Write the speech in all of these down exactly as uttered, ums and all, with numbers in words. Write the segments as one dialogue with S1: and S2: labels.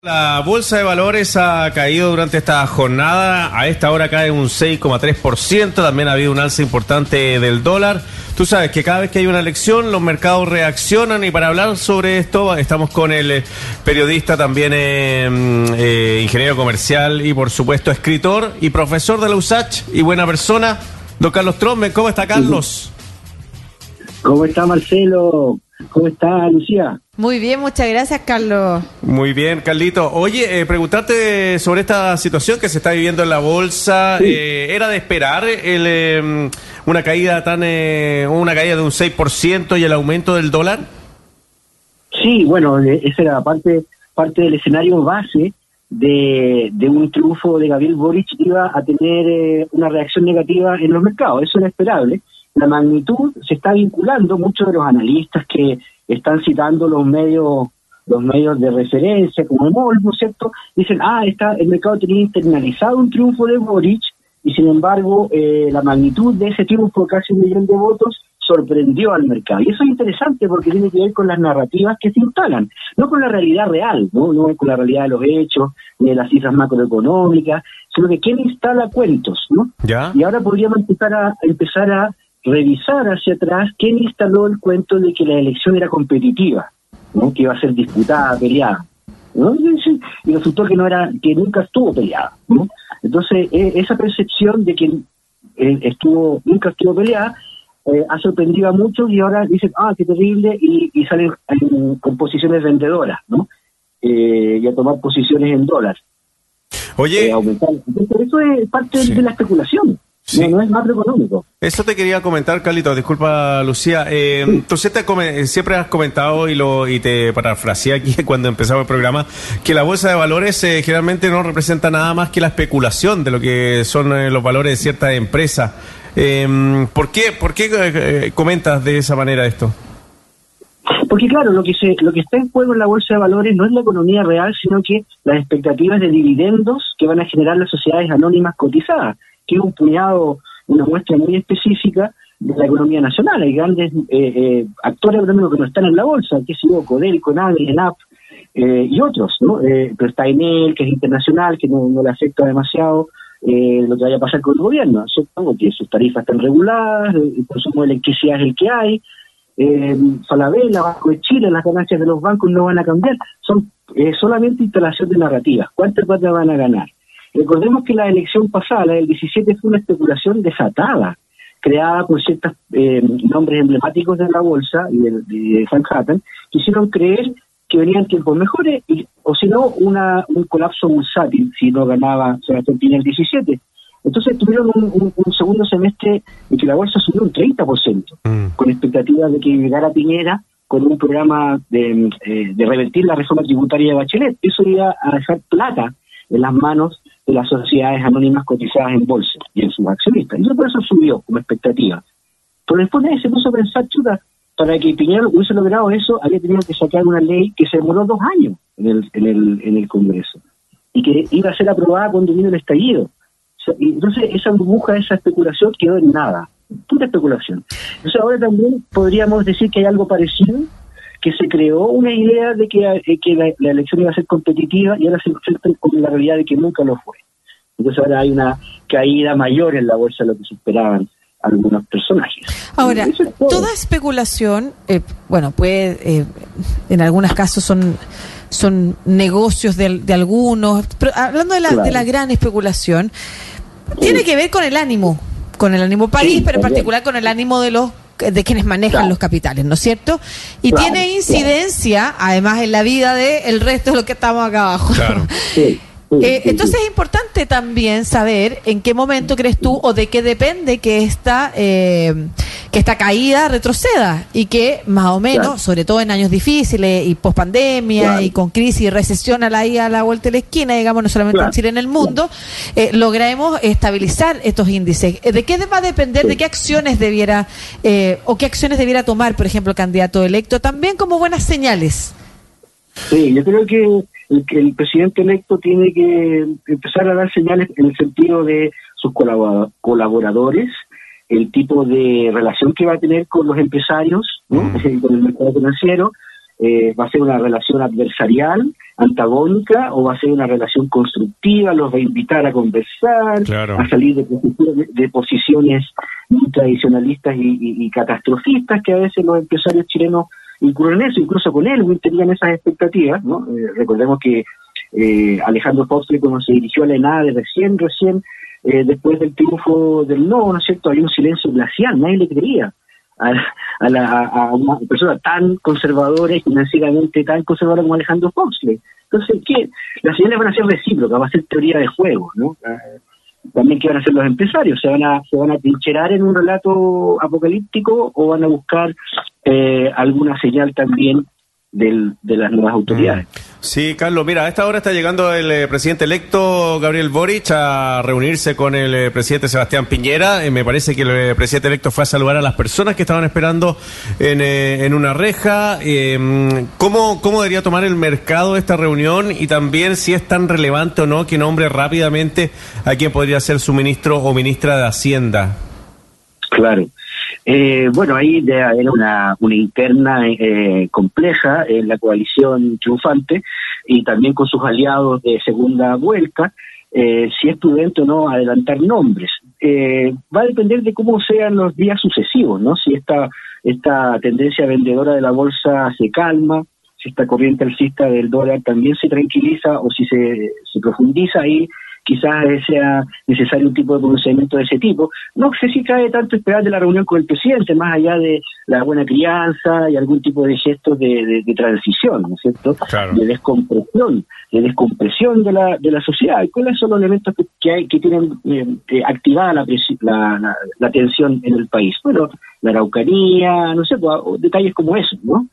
S1: La bolsa de valores ha caído durante esta jornada, a esta hora cae un seis coma tres por ciento, también ha habido un alza importante del dólar. Tú sabes que cada vez que hay una elección los mercados reaccionan, y para hablar sobre esto estamos con el periodista, también eh, eh, ingeniero comercial y por supuesto escritor y profesor de la U S A C y buena persona, don Carlos Trombe. ¿Cómo está, Carlos?
S2: ¿Cómo está, Marcelo? ¿Cómo está, Lucía?
S3: Muy bien, muchas gracias, Carlos.
S1: Muy bien, Carlito. Oye, eh, preguntarte sobre esta situación que se está viviendo en la bolsa. Sí. Eh, ¿Era de esperar el, eh, una caída tan eh, una caída de un seis por ciento y el aumento del dólar?
S2: Sí, bueno, esa era parte parte del escenario base de, de un triunfo de Gabriel Boric. Iba a tener eh, una reacción negativa en los mercados. Eso era esperable. La magnitud se está vinculando, muchos de los analistas que están citando los medios los medios de referencia, como el M O L, ¿no es cierto? Dicen, ah, está, el mercado tenía internalizado un triunfo de Boric, y sin embargo, eh, la magnitud de ese triunfo, casi un millón de votos, sorprendió al mercado. Y eso es interesante porque tiene que ver con las narrativas que se instalan, no con la realidad real, no, no con la realidad de los hechos, ni de las cifras macroeconómicas, sino que quién instala cuentos, ¿no? ¿Ya? Y ahora podríamos empezar a empezar a revisar hacia atrás quién instaló el cuento de que la elección era competitiva, ¿no? Que iba a ser disputada, peleada, ¿no? Y resultó que no era, que nunca estuvo peleada, ¿no? Entonces eh, esa percepción de que eh, estuvo nunca estuvo peleada eh, ha sorprendido a muchos, y ahora dicen, ah, qué terrible, y, y salen en, con posiciones vendedoras, ¿no? Eh, y a tomar posiciones en dólar.
S1: Oye,
S2: eh, aumentar. Entonces, eso es parte sí. de la especulación. Sí. No, no es macroeconómico.
S1: Eso te quería comentar, Carlito. Disculpa, Lucía. Eh, sí. Tú siempre, siempre has comentado, y lo y te parafraseé aquí cuando empezamos el programa, que la bolsa de valores eh, generalmente no representa nada más que la especulación de lo que son eh, los valores de ciertas empresas. Eh, ¿Por qué, por qué eh, comentas de esa manera esto?
S2: Porque claro, lo que se, lo que está en juego en la bolsa de valores no es la economía real, sino que las expectativas de dividendos que van a generar las sociedades anónimas cotizadas, que es un puñado, una muestra muy específica de la economía nacional. Hay grandes eh, eh, actores económicos que no están en la bolsa, que es Codel, Conagri, ENAP eh, y otros, ¿no? Eh, pero está Enel, que es internacional, que no, no le afecta demasiado eh, lo que vaya a pasar con el gobierno, ¿cierto? Que sus tarifas están reguladas, el consumo de electricidad es el que hay, eh, Falabella, Banco de Chile, las ganancias de los bancos no van a cambiar, son eh, solamente instalación de narrativas. ¿Cuántas plata van a ganar? Recordemos que la elección pasada, la del diecisiete, fue una especulación desatada, creada por ciertos eh, nombres emblemáticos de la bolsa y de, de Manhattan, que hicieron creer que venían tiempos mejores, y, o si no, una, un colapso bursátil si no ganaba Sebastián Piñera el diecisiete. Entonces tuvieron un, un, un segundo semestre en que la bolsa subió un treinta por ciento, mm. con expectativas de que llegara Piñera con un programa de, eh, de revertir la reforma tributaria de Bachelet. Eso iba a dejar plata en las manos de las sociedades anónimas cotizadas en bolsa y en sus accionistas. Y eso por eso subió como expectativa. Pero después de ahí se puso a pensar, chuta, para que Piñera hubiese logrado eso, había tenido que sacar una ley que se demoró dos años en el, en el, en el Congreso, y que iba a ser aprobada cuando vino el estallido. O sea, y entonces esa burbuja, esa especulación quedó en nada, pura especulación. Entonces ahora también podríamos decir que hay algo parecido, que se creó una idea de que, eh, que la, la elección iba a ser competitiva, y ahora se enfrentan con la realidad de que nunca lo fue. Entonces ahora hay una caída mayor en la bolsa de lo que se esperaban algunos personajes.
S3: Ahora, es toda especulación, eh, bueno, puede, eh, en algunos casos son son negocios de, de algunos, pero hablando de la, claro. de la gran especulación, tiene sí. que ver con el ánimo, con el ánimo país, sí, pero en particular con el ánimo de los de quienes manejan claro. los capitales, ¿no es cierto? Y claro, tiene incidencia, claro. además, en la vida del resto de los que estamos acá abajo. Claro. Sí. Eh, entonces es importante también saber en qué momento crees tú, o de qué depende que esta eh, que esta caída retroceda, y que más o menos, claro. sobre todo en años difíciles y post pandemia, claro. y con crisis y recesión a la, a la vuelta de la esquina, digamos, no solamente claro. en Chile, en el mundo, eh, logremos estabilizar estos índices. ¿De qué va a depender, sí. de qué acciones debiera eh, o qué acciones debiera tomar, por ejemplo, el candidato electo, también como buenas señales?
S2: Sí, yo creo que el, que el presidente electo tiene que empezar a dar señales en el sentido de sus colaboradores, el tipo de relación que va a tener con los empresarios, ¿no? Mm. con el mercado financiero, Eh, ¿Va a ser una relación adversarial, antagónica, o va a ser una relación constructiva? ¿Los va a invitar a conversar,
S1: claro.
S2: a salir de posiciones, de posiciones tradicionalistas y, y, y catastrofistas que a veces los empresarios chilenos incurren en eso? Incluso con él tenían esas expectativas, ¿no? Eh, recordemos que eh, Alejandro Foxley, cuando se dirigió a la ENADE recién, recién, eh, después del triunfo del no, ¿no es cierto?, había un silencio glacial, nadie le creía a, a, la, a una persona tan conservadora y financieramente tan conservadora como Alejandro Foxley. Entonces, ¿qué? Las señales van a ser recíprocas, va a ser teoría de juego, ¿no? Eh, también, ¿qué van a hacer los empresarios? ¿Se van a se van a trincherar en un relato apocalíptico o van a buscar eh, alguna señal también del, de las nuevas autoridades?
S1: Sí, Carlos, mira, a esta hora está llegando el eh, presidente electo Gabriel Boric a reunirse con el eh, presidente Sebastián Piñera. Eh, me parece que el eh, presidente electo fue a saludar a las personas que estaban esperando en, eh, en una reja. Eh, ¿cómo, ¿Cómo debería tomar el mercado esta reunión? Y también si es tan relevante o no que nombre rápidamente a quien podría ser su ministro o ministra de Hacienda.
S2: Claro. Eh, bueno, ahí de, era una, una interna eh, compleja en la coalición triunfante y también con sus aliados de segunda vuelta, eh, si es prudente o no adelantar nombres. Eh, va a depender de cómo sean los días sucesivos, ¿no? Si esta, esta tendencia vendedora de la bolsa se calma, si esta corriente alcista del dólar también se tranquiliza o si se, se profundiza ahí, quizás sea necesario un tipo de pronunciamiento de ese tipo. No sé si cabe tanto esperar de la reunión con el presidente, más allá de la buena crianza y algún tipo de gestos de, de, de transición, ¿no es cierto?
S1: Claro. De
S2: descompresión, de descompresión de la de la sociedad. ¿Cuáles son los elementos que, que hay que tienen eh, eh, activada la, la, la, la tensión en el país? Bueno, la Araucanía, no sé, pues, detalles como esos, ¿no?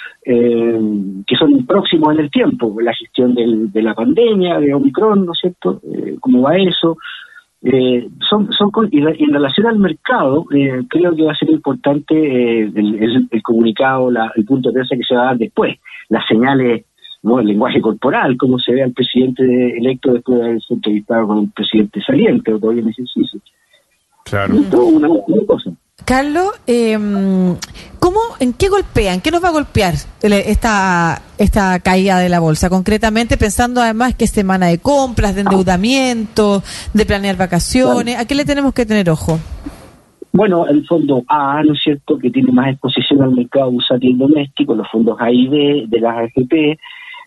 S2: Eh, que son próximos en el tiempo, la gestión del, de la pandemia, de Omicron, ¿no es cierto? Eh, ¿Cómo va eso? Eh, son, son con, y en relación al mercado, eh, creo que va a ser importante eh, el, el, el comunicado, la, el punto de prensa que se va a dar después, las señales, ¿no? El lenguaje corporal, cómo se ve al presidente electo después de haberse entrevistado con un presidente saliente o todavía en ejercicio.
S1: Claro.
S2: Y todo una, una cosa.
S3: Carlos, eh, ¿cómo, ¿en qué golpea? ¿En qué nos va a golpear esta esta caída de la bolsa? Concretamente, pensando además que es semana de compras, de endeudamiento, de planear vacaciones, ¿a qué le tenemos que tener ojo?
S2: Bueno, el fondo A, ¿no es cierto?, que tiene más exposición al mercado bursátil doméstico, los fondos A y B de las A F P,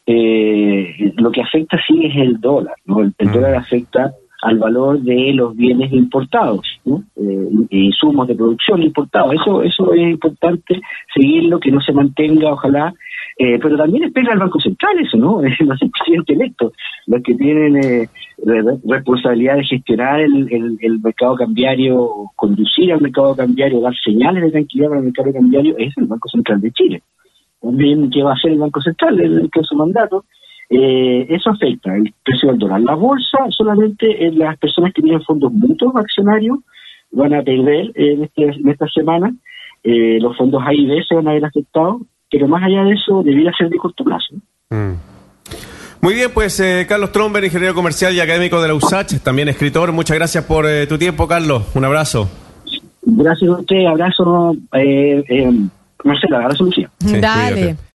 S2: eh, lo que afecta sí es el dólar, ¿no? El, el mm. dólar afecta al valor de los bienes importados, ¿no? Eh, insumos de producción importados. Eso eso es importante seguirlo, que no se mantenga, ojalá. Eh, pero también espera al Banco Central eso, ¿no? Es el presidente electo, los que tienen eh, responsabilidad de gestionar el, el, el mercado cambiario, conducir al mercado cambiario, dar señales de tranquilidad para el mercado cambiario, es el Banco Central de Chile. También, ¿qué va a hacer el Banco Central en el su mandato? Eh, eso afecta el precio del dólar. La bolsa, solamente eh, las personas que tienen fondos mutuos accionarios van a perder eh, en, este, en esta semana. Eh, los fondos A y B se van a ver afectados, pero más allá de eso, debiera ser de corto plazo.
S1: Mm. Muy bien, pues eh, Carlos Tromber, ingeniero comercial y académico de la U S A C H, también escritor. Muchas gracias por eh, tu tiempo, Carlos. Un abrazo.
S2: Gracias a usted, abrazo, eh, eh, Marcela, abrazo, Lucía.
S3: Sí, dale. Cuídate.